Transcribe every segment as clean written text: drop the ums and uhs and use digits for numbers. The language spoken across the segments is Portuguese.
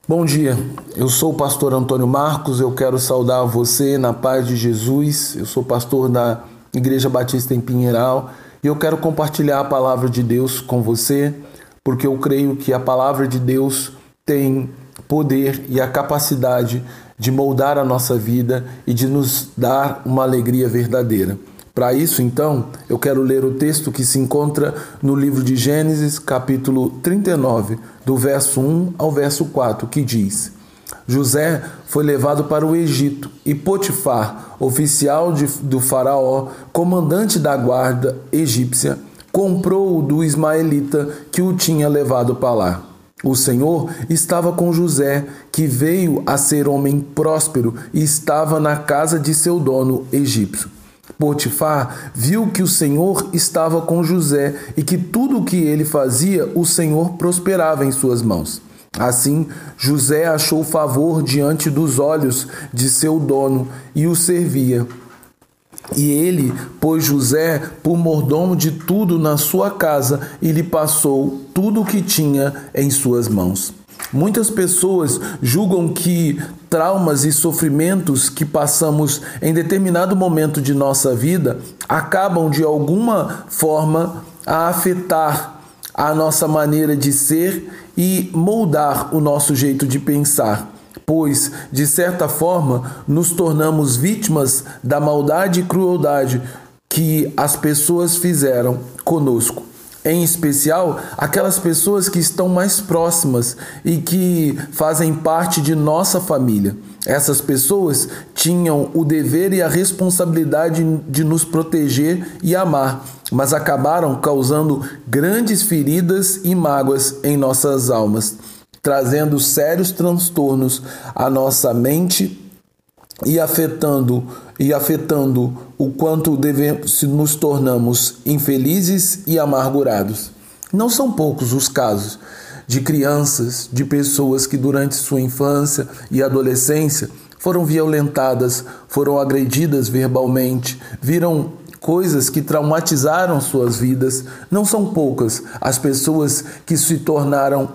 Bom dia, eu sou o pastor Antônio Marcos, eu quero saudar você na paz de Jesus. Eu sou pastor da Igreja Batista em Pinheiral e eu quero compartilhar a palavra de Deus com você, porque eu creio que a palavra de Deus tem poder e a capacidade de moldar a nossa vida e de nos dar uma alegria verdadeira. Para isso, então, eu quero ler o texto que se encontra no livro de Gênesis, capítulo 39, do verso 1 ao verso 4, que diz: José foi levado para o Egito e Potifar, oficial do faraó, comandante da guarda egípcia, comprou-o do ismaelita que o tinha levado para lá. O Senhor estava com José, que veio a ser homem próspero e estava na casa de seu dono egípcio. Potifar viu que o Senhor estava com José e que tudo o que ele fazia, o Senhor prosperava em suas mãos. Assim, José achou favor diante dos olhos de seu dono e o servia. E ele pôs José por mordomo de tudo na sua casa e lhe passou tudo o que tinha em suas mãos. Muitas pessoas julgam que traumas e sofrimentos que passamos em determinado momento de nossa vida acabam de alguma forma a afetar a nossa maneira de ser e moldar o nosso jeito de pensar, pois, de certa forma, nos tornamos vítimas da maldade e crueldade que as pessoas fizeram conosco. Em especial, aquelas pessoas que estão mais próximas e que fazem parte de nossa família. Essas pessoas tinham o dever e a responsabilidade de nos proteger e amar, mas acabaram causando grandes feridas e mágoas em nossas almas, trazendo sérios transtornos à nossa mente e afetando o quanto nos tornamos infelizes e amargurados. Não são poucos os casos de crianças, de pessoas que durante sua infância e adolescência foram violentadas, foram agredidas verbalmente, viram coisas que traumatizaram suas vidas. Não são poucas as pessoas que se tornaram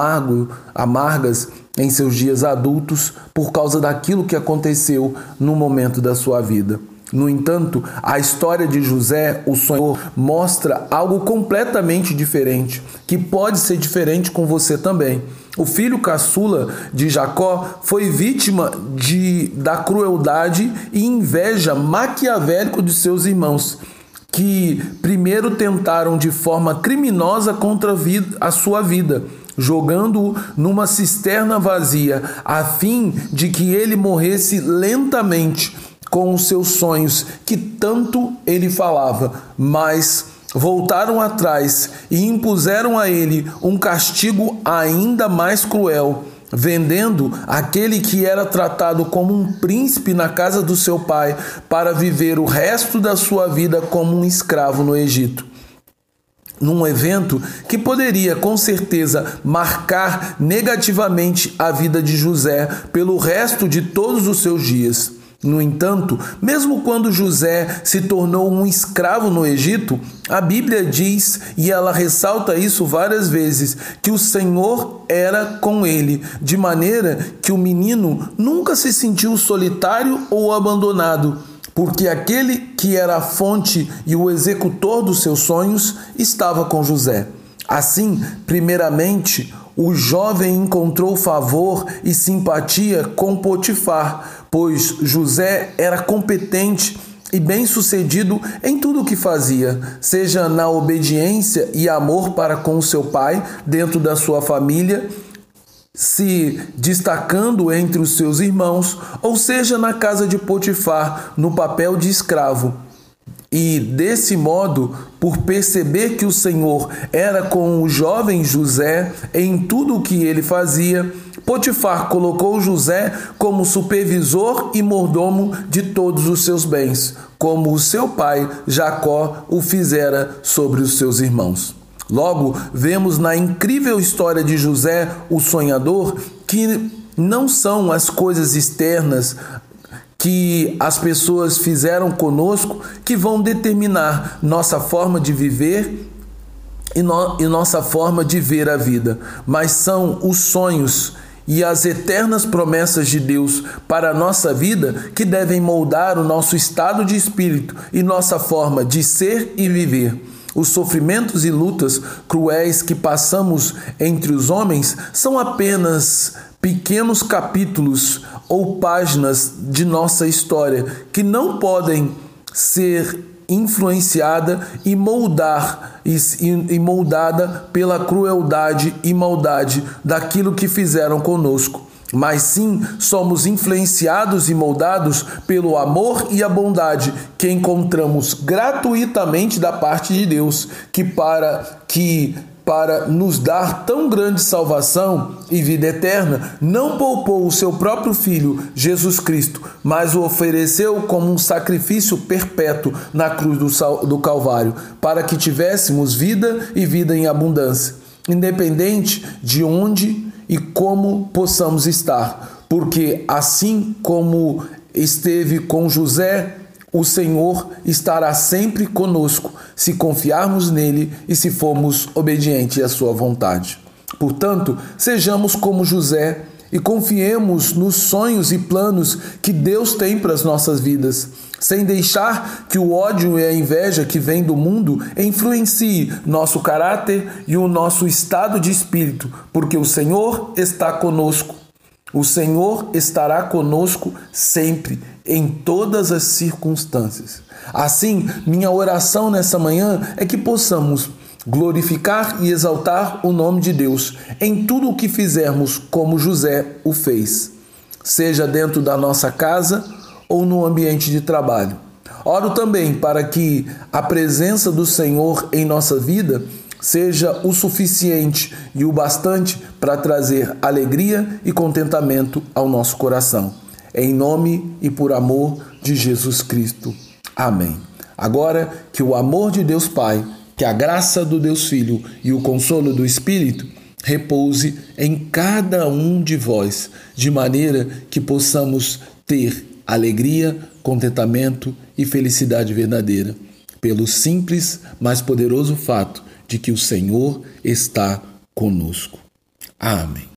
amargas em seus dias adultos por causa daquilo que aconteceu no momento da sua vida. No entanto, a história de José, o sonhador, mostra algo completamente diferente, que pode ser diferente com você também. O filho caçula de Jacó foi vítima da crueldade e inveja maquiavélica de seus irmãos, que primeiro tentaram de forma criminosa contra a sua vida, jogando-o numa cisterna vazia, a fim de que ele morresse lentamente com os seus sonhos que tanto ele falava, mas voltaram atrás e impuseram a ele um castigo ainda mais cruel, vendendo aquele que era tratado como um príncipe na casa do seu pai para viver o resto da sua vida como um escravo no Egito. Num evento que poderia com certeza marcar negativamente a vida de José pelo resto de todos os seus dias. No entanto, mesmo quando José se tornou um escravo no Egito, a Bíblia diz, e ela ressalta isso várias vezes, que o Senhor era com ele, de maneira que o menino nunca se sentiu solitário ou abandonado, porque aquele que era a fonte e o executor dos seus sonhos estava com José. Assim, primeiramente, o jovem encontrou favor e simpatia com Potifar, pois José era competente e bem-sucedido em tudo o que fazia, seja na obediência e amor para com seu pai, dentro da sua família, se destacando entre os seus irmãos, ou seja na casa de Potifar, no papel de escravo. E, desse modo, por perceber que o Senhor era com o jovem José em tudo o que ele fazia, Potifar colocou José como supervisor e mordomo de todos os seus bens, como o seu pai Jacó o fizera sobre os seus irmãos. Logo, vemos na incrível história de José, o sonhador, que não são as coisas externas que as pessoas fizeram conosco que vão determinar nossa forma de viver e nossa forma de ver a vida, mas são os sonhos e as eternas promessas de Deus para a nossa vida que devem moldar o nosso estado de espírito e nossa forma de ser e viver. Os sofrimentos e lutas cruéis que passamos entre os homens são apenas pequenos capítulos ou páginas de nossa história que não podem ser influenciada e moldada pela crueldade e maldade daquilo que fizeram conosco, mas sim somos influenciados e moldados pelo amor e a bondade que encontramos gratuitamente da parte de Deus, que para nos dar tão grande salvação e vida eterna, não poupou o seu próprio Filho, Jesus Cristo, mas o ofereceu como um sacrifício perpétuo na cruz do Calvário, para que tivéssemos vida e vida em abundância, independente de onde e como possamos estar, porque assim como esteve com José, o Senhor estará sempre conosco, se confiarmos nele e se formos obedientes à sua vontade. Portanto, sejamos como José e confiemos nos sonhos e planos que Deus tem para as nossas vidas, sem deixar que o ódio e a inveja que vem do mundo influencie nosso caráter e o nosso estado de espírito, porque o Senhor está conosco. O Senhor estará conosco sempre, em todas as circunstâncias. Assim, minha oração nessa manhã é que possamos glorificar e exaltar o nome de Deus em tudo o que fizermos, como José o fez, seja dentro da nossa casa ou no ambiente de trabalho. Oro também para que a presença do Senhor em nossa vida seja o suficiente e o bastante para trazer alegria e contentamento ao nosso coração. Em nome e por amor de Jesus Cristo. Amém. Agora, que o amor de Deus Pai, que a graça do Deus Filho e o consolo do Espírito repouse em cada um de vós, de maneira que possamos ter alegria, contentamento e felicidade verdadeira, pelo simples, mas poderoso fato de que o Senhor está conosco. Amém.